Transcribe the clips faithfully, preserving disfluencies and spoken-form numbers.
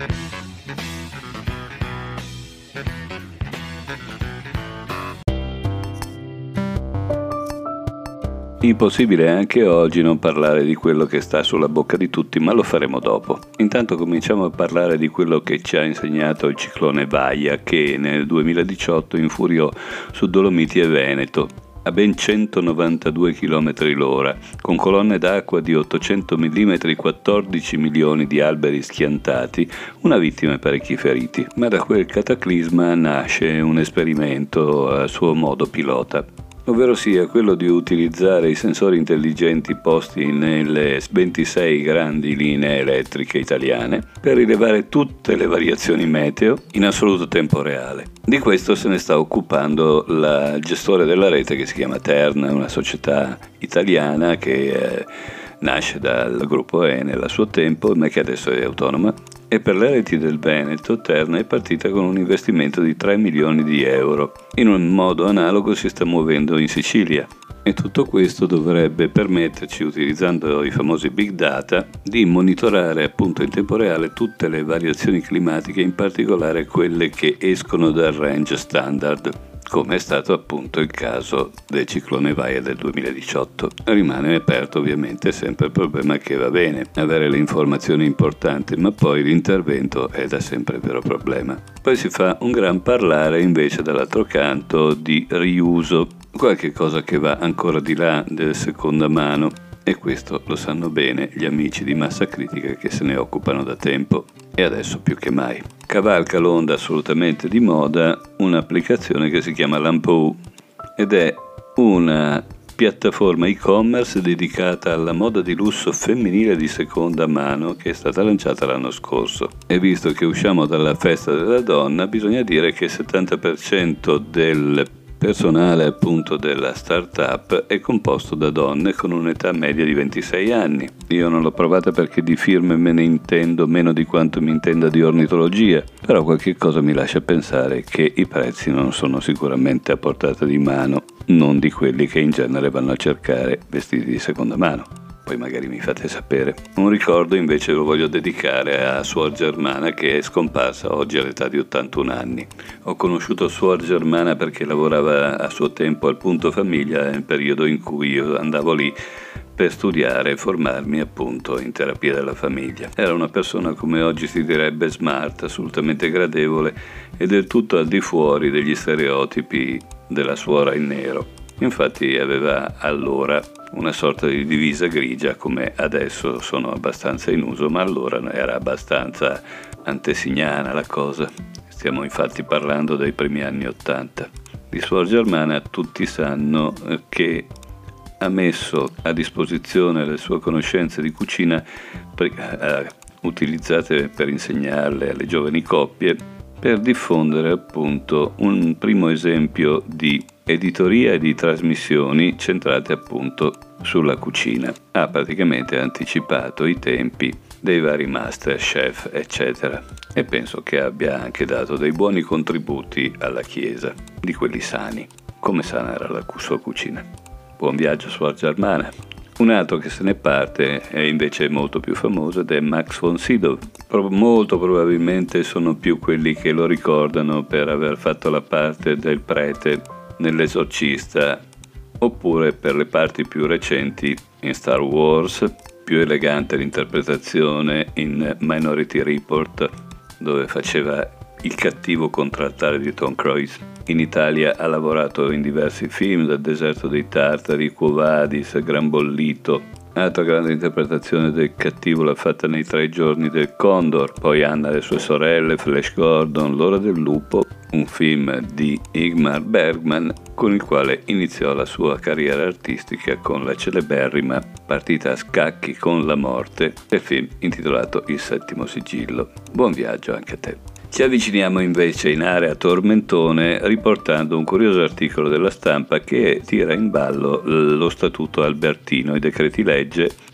Impossibile anche oggi non parlare di quello che sta sulla bocca di tutti, ma lo faremo dopo. Intanto cominciamo a parlare di quello che ci ha insegnato il ciclone Vaia, che nel duemiladiciotto infuriò su Dolomiti e Veneto a ben centonovantadue chilometri l'ora, con colonne d'acqua di ottocento millimetri, quattordici milioni di alberi schiantati, una vittima e parecchi feriti. Ma da quel cataclisma nasce un esperimento a suo modo pilota, ovvero sia quello di utilizzare i sensori intelligenti posti nelle ventisei grandi linee elettriche italiane per rilevare tutte le variazioni meteo in assoluto tempo reale. Di questo se ne sta occupando la gestore della rete, che si chiama Terna, una società italiana che eh, nasce dal gruppo Enel a suo tempo, ma che adesso è autonoma. E per le reti del Veneto, Terna è partita con un investimento di tre milioni di euro. In un modo analogo si sta muovendo in Sicilia. E tutto questo dovrebbe permetterci, utilizzando i famosi big data, di monitorare appunto in tempo reale tutte le variazioni climatiche, in particolare quelle che escono dal range standard, come è stato appunto il caso del ciclone Vaia del duemiladiciotto. Rimane aperto ovviamente sempre il problema che va bene avere le informazioni importanti, ma poi l'intervento è da sempre il vero problema. Poi si fa un gran parlare invece dall'altro canto di riuso, qualche cosa che va ancora di là del seconda mano, e questo lo sanno bene gli amici di Massa Critica che se ne occupano da tempo, e adesso più che mai. Cavalca l'onda assolutamente di moda un'applicazione che si chiama Lampoo ed è una piattaforma e-commerce dedicata alla moda di lusso femminile di seconda mano, che è stata lanciata l'anno scorso. E visto che usciamo dalla festa della donna, bisogna dire che il settanta per cento del personale appunto della startup è composto da donne con un'età media di ventisei anni. Io non l'ho provata perché di firme me ne intendo meno di quanto mi intenda di ornitologia, però qualche cosa mi lascia pensare che i prezzi non sono sicuramente a portata di mano, non di quelli che in genere vanno a cercare vestiti di seconda mano. Poi magari mi fate sapere. Un ricordo invece lo voglio dedicare a Suor Germana, che è scomparsa oggi all'età di ottantuno anni. Ho conosciuto Suor Germana perché lavorava a suo tempo al Punto Famiglia, nel periodo in cui io andavo lì per studiare e formarmi appunto in terapia della famiglia. Era una persona, come oggi si direbbe, smart, assolutamente gradevole e del tutto al di fuori degli stereotipi della suora in nero. Infatti aveva allora una sorta di divisa grigia, come adesso sono abbastanza in uso, ma allora era abbastanza antesignana la cosa. Stiamo infatti parlando dei primi anni Ottanta. Di Suor Germana tutti sanno che ha messo a disposizione le sue conoscenze di cucina eh, utilizzate per insegnarle alle giovani coppie, per diffondere appunto un primo esempio di editoria e di trasmissioni centrate appunto sulla cucina. Ha praticamente anticipato i tempi dei vari master chef eccetera, e penso che abbia anche dato dei buoni contributi alla Chiesa, di quelli sani. Come sana era la sua cucina. Buon viaggio Suor Germana. Un altro che se ne parte è invece molto più famoso ed è Max von Sydow. Pro- molto probabilmente sono più quelli che lo ricordano per aver fatto la parte del prete nell'Esorcista, oppure per le parti più recenti in Star Wars, più elegante l'interpretazione in Minority Report, dove faceva il cattivo contraltare di Tom Cruise. In Italia ha lavorato in diversi film, dal Deserto dei Tartari, Quo Vadis, Gran Bollito. Altra grande interpretazione del cattivo l'ha fatta nei Tre giorni del Condor, poi Anna e le sue sorelle, Flash Gordon, L'ora del lupo, un film di Ingmar Bergman con il quale iniziò la sua carriera artistica con la celeberrima Partita a scacchi con la morte, del film intitolato Il settimo sigillo. Buon viaggio anche a te. Ci avviciniamo invece in area Tormentone riportando un curioso articolo della Stampa che tira in ballo lo Statuto Albertino, i decreti legge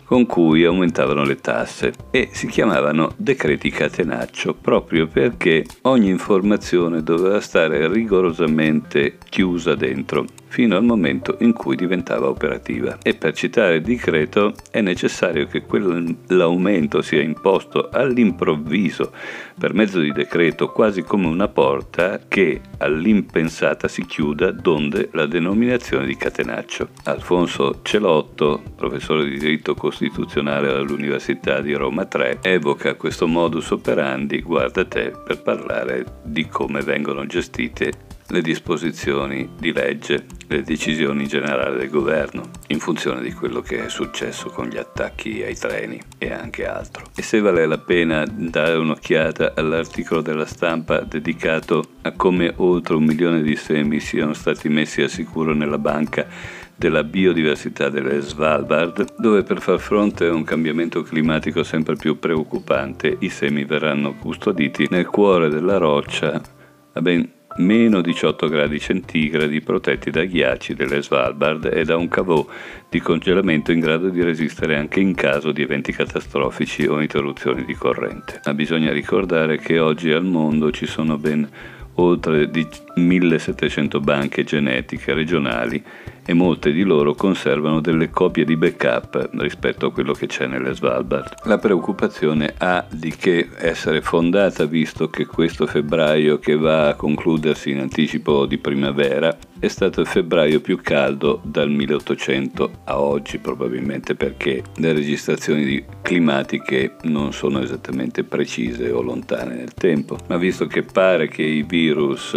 con cui aumentavano le tasse e si chiamavano decreti catenaccio proprio perché ogni informazione doveva stare rigorosamente chiusa dentro fino al momento in cui diventava operativa. E per citare il decreto è necessario che quell'aumento sia imposto all'improvviso per mezzo di decreto, quasi come una porta che all'impensata si chiuda, donde la denominazione di catenaccio. Alfonso Celotto, professore di diritto costituzionale all'Università di Roma tre, evoca questo modus operandi, guarda te, per parlare di come vengono gestite le disposizioni di legge, le decisioni generali del governo, in funzione di quello che è successo con gli attacchi ai treni e anche altro. E se vale la pena dare un'occhiata all'articolo della Stampa dedicato a come oltre un milione di semi siano stati messi a sicuro nella banca della biodiversità delle Svalbard, dove per far fronte a un cambiamento climatico sempre più preoccupante i semi verranno custoditi nel cuore della roccia a ben meno diciotto gradi centigradi, protetti dai ghiacci delle Svalbard e da un caveau di congelamento in grado di resistere anche in caso di eventi catastrofici o interruzioni di corrente. Ma bisogna ricordare che oggi al mondo ci sono ben oltre di millesettecento banche genetiche regionali e molte di loro conservano delle copie di backup rispetto a quello che c'è nelle Svalbard. La preoccupazione ha di che essere fondata, visto che questo febbraio, che va a concludersi in anticipo di primavera, è stato il febbraio più caldo dal milleottocento a oggi, probabilmente perché le registrazioni climatiche non sono esattamente precise o lontane nel tempo, ma visto che pare che i virus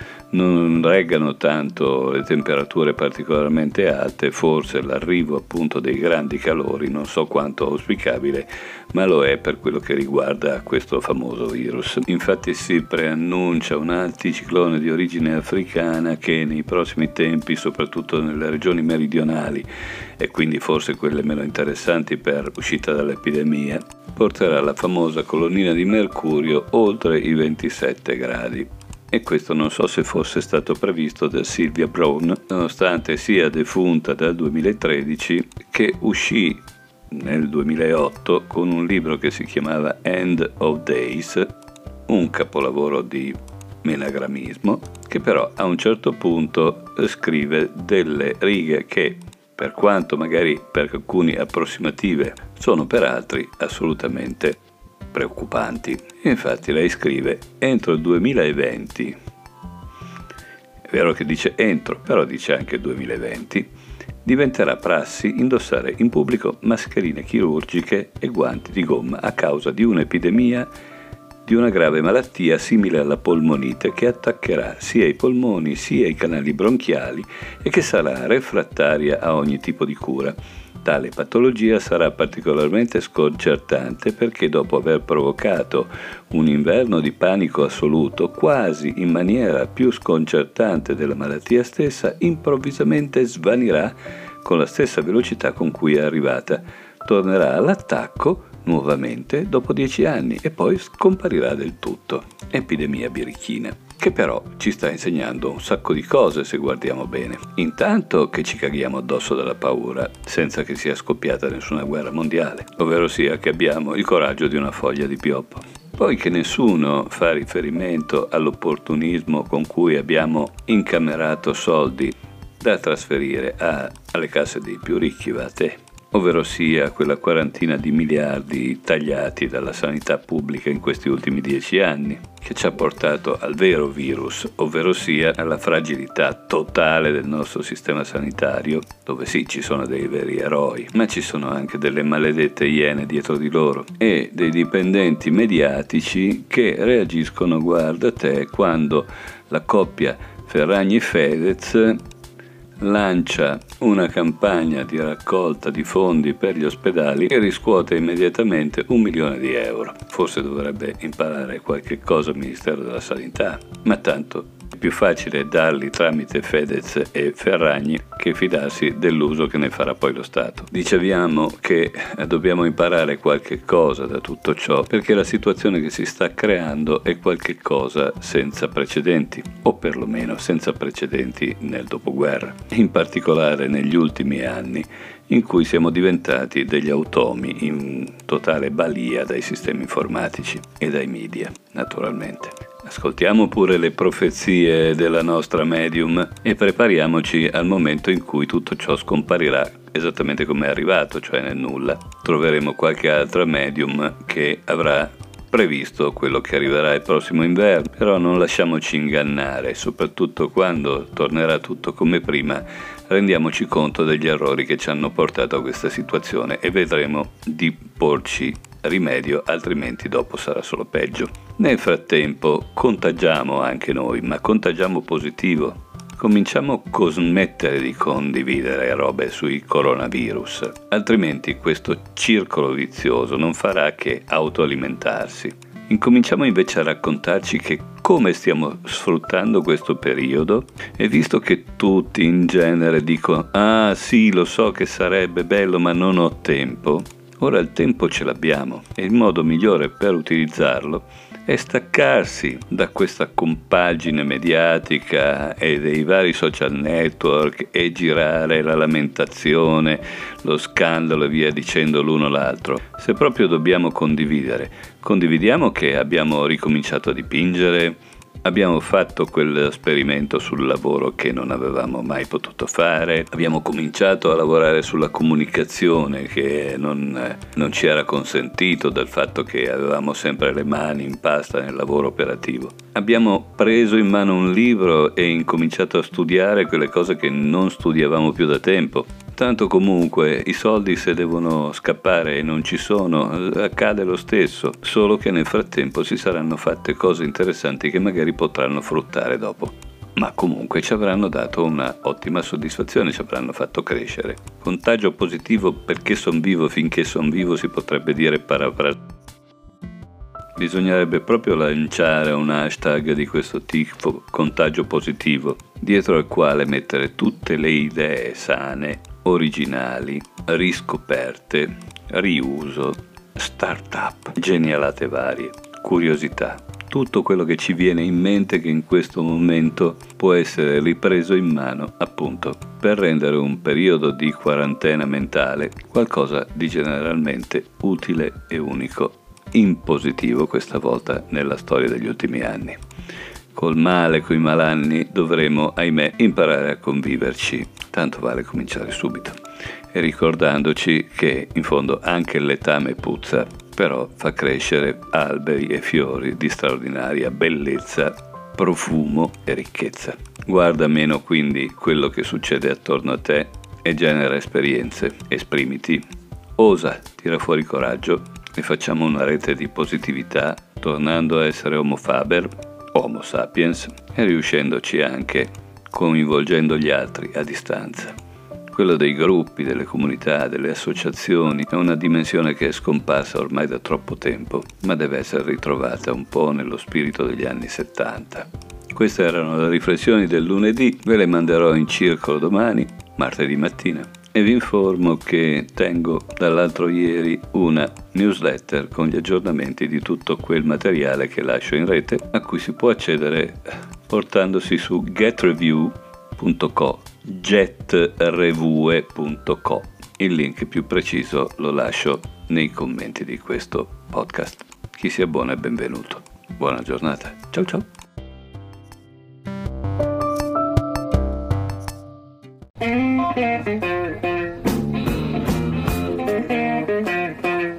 non reggano tanto le temperature particolarmente alte, forse l'arrivo appunto dei grandi calori non so quanto auspicabile, ma lo è per quello che riguarda questo famoso virus. Infatti si preannuncia un anticiclone di origine africana che nei prossimi tempi, soprattutto nelle regioni meridionali e quindi forse quelle meno interessanti per uscita dall'epidemia, porterà la famosa colonnina di mercurio oltre i ventisette gradi. E questo non so se fosse stato previsto da Sylvia Browne, nonostante sia defunta dal duemilatredici, che uscì nel duemilaotto con un libro che si chiamava End of Days, un capolavoro di melagrammismo, che però a un certo punto scrive delle righe che, per quanto magari per alcuni approssimative, sono per altri assolutamente preoccupanti. Infatti lei scrive: entro il duemilaventi, è vero che dice entro, però dice anche duemilaventi, diventerà prassi indossare in pubblico mascherine chirurgiche e guanti di gomma a causa di un'epidemia di una grave malattia simile alla polmonite che attaccherà sia i polmoni sia i canali bronchiali e che sarà refrattaria a ogni tipo di cura. Tale patologia sarà particolarmente sconcertante perché dopo aver provocato un inverno di panico assoluto, quasi in maniera più sconcertante della malattia stessa, improvvisamente svanirà con la stessa velocità con cui è arrivata. Tornerà all'attacco nuovamente dopo dieci anni e poi scomparirà del tutto. Epidemia birichina, che però ci sta insegnando un sacco di cose se guardiamo bene. Intanto che ci caghiamo addosso dalla paura senza che sia scoppiata nessuna guerra mondiale, ovvero sia che abbiamo il coraggio di una foglia di pioppo. Poi che nessuno fa riferimento all'opportunismo con cui abbiamo incamerato soldi da trasferire a, alle casse dei più ricchi, va a te. Ovvero sia quella quarantina di miliardi tagliati dalla sanità pubblica in questi ultimi dieci anni, che ci ha portato al vero virus, ovvero sia alla fragilità totale del nostro sistema sanitario, dove sì, ci sono dei veri eroi, ma ci sono anche delle maledette iene dietro di loro, e dei dipendenti mediatici che reagiscono, guarda te, quando la coppia Ferragni-Fedez lancia una campagna di raccolta di fondi per gli ospedali e riscuote immediatamente un milione di euro. Forse dovrebbe imparare qualche cosa il Ministero della Sanità, ma tanto È più facile darli tramite Fedez e Ferragni che fidarsi dell'uso che ne farà poi lo Stato. Dicevamo che dobbiamo imparare qualche cosa da tutto ciò, perché la situazione che si sta creando è qualche cosa senza precedenti, o perlomeno senza precedenti nel dopoguerra, in particolare negli ultimi anni, in cui siamo diventati degli automi in totale balia dai sistemi informatici e dai media, naturalmente. Ascoltiamo pure le profezie della nostra medium e prepariamoci al momento in cui tutto ciò scomparirà esattamente come è arrivato, cioè nel nulla. Troveremo qualche altra medium che avrà previsto quello che arriverà il prossimo inverno, però non lasciamoci ingannare, soprattutto quando tornerà tutto come prima, rendiamoci conto degli errori che ci hanno portato a questa situazione e vedremo di porci rimedio, altrimenti dopo sarà solo peggio. Nel frattempo contagiamo anche noi, ma contagiamo positivo. Cominciamo a smettere di condividere robe sui coronavirus, altrimenti questo circolo vizioso non farà che autoalimentarsi. Incominciamo invece a raccontarci che come stiamo sfruttando questo periodo, e visto che tutti in genere dicono «Ah sì, lo so che sarebbe bello ma non ho tempo», ora il tempo ce l'abbiamo e il modo migliore per utilizzarlo è staccarsi da questa compagine mediatica e dei vari social network e girare la lamentazione, lo scandalo e via dicendo l'uno l'altro. Se proprio dobbiamo condividere, condividiamo che abbiamo ricominciato a dipingere, abbiamo fatto quell'esperimento sul lavoro che non avevamo mai potuto fare, abbiamo cominciato a lavorare sulla comunicazione che non, non ci era consentito dal fatto che avevamo sempre le mani in pasta nel lavoro operativo. Abbiamo preso in mano un libro e incominciato a studiare quelle cose che non studiavamo più da tempo. Tanto comunque i soldi, se devono scappare e non ci sono, accade lo stesso, solo che nel frattempo si saranno fatte cose interessanti che magari potranno fruttare dopo. Ma comunque ci avranno dato una ottima soddisfazione, ci avranno fatto crescere. Contagio positivo perché son vivo, finché son vivo si potrebbe dire parafrasando. Bisognerebbe proprio lanciare un hashtag di questo tipo, contagio positivo, dietro al quale mettere tutte le idee sane, originali, riscoperte, riuso, start-up, genialate varie, curiosità, tutto quello che ci viene in mente che in questo momento può essere ripreso in mano, appunto, per rendere un periodo di quarantena mentale qualcosa di generalmente utile e unico, in positivo questa volta nella storia degli ultimi anni. Col male, coi malanni, dovremo, ahimè, imparare a conviverci, tanto vale cominciare subito. E ricordandoci che, in fondo, anche il letame puzza, però fa crescere alberi e fiori di straordinaria bellezza, profumo e ricchezza. Guarda meno quindi quello che succede attorno a te e genera esperienze, esprimiti, osa, tira fuori coraggio e facciamo una rete di positività, tornando a essere Homo Faber, Homo Sapiens, e riuscendoci anche coinvolgendo gli altri a distanza. Quello dei gruppi, delle comunità, delle associazioni è una dimensione che è scomparsa ormai da troppo tempo, ma deve essere ritrovata un po' nello spirito degli anni settanta. Queste erano le riflessioni del lunedì, ve le manderò in circolo domani, martedì mattina, e vi informo che tengo dall'altro ieri una newsletter con gli aggiornamenti di tutto quel materiale che lascio in rete, a cui si può accedere portandosi su getreview punto co, getrevue punto co. Il link più preciso lo lascio nei commenti di questo podcast. Chi si abbona è benvenuto. Buona giornata. Ciao ciao.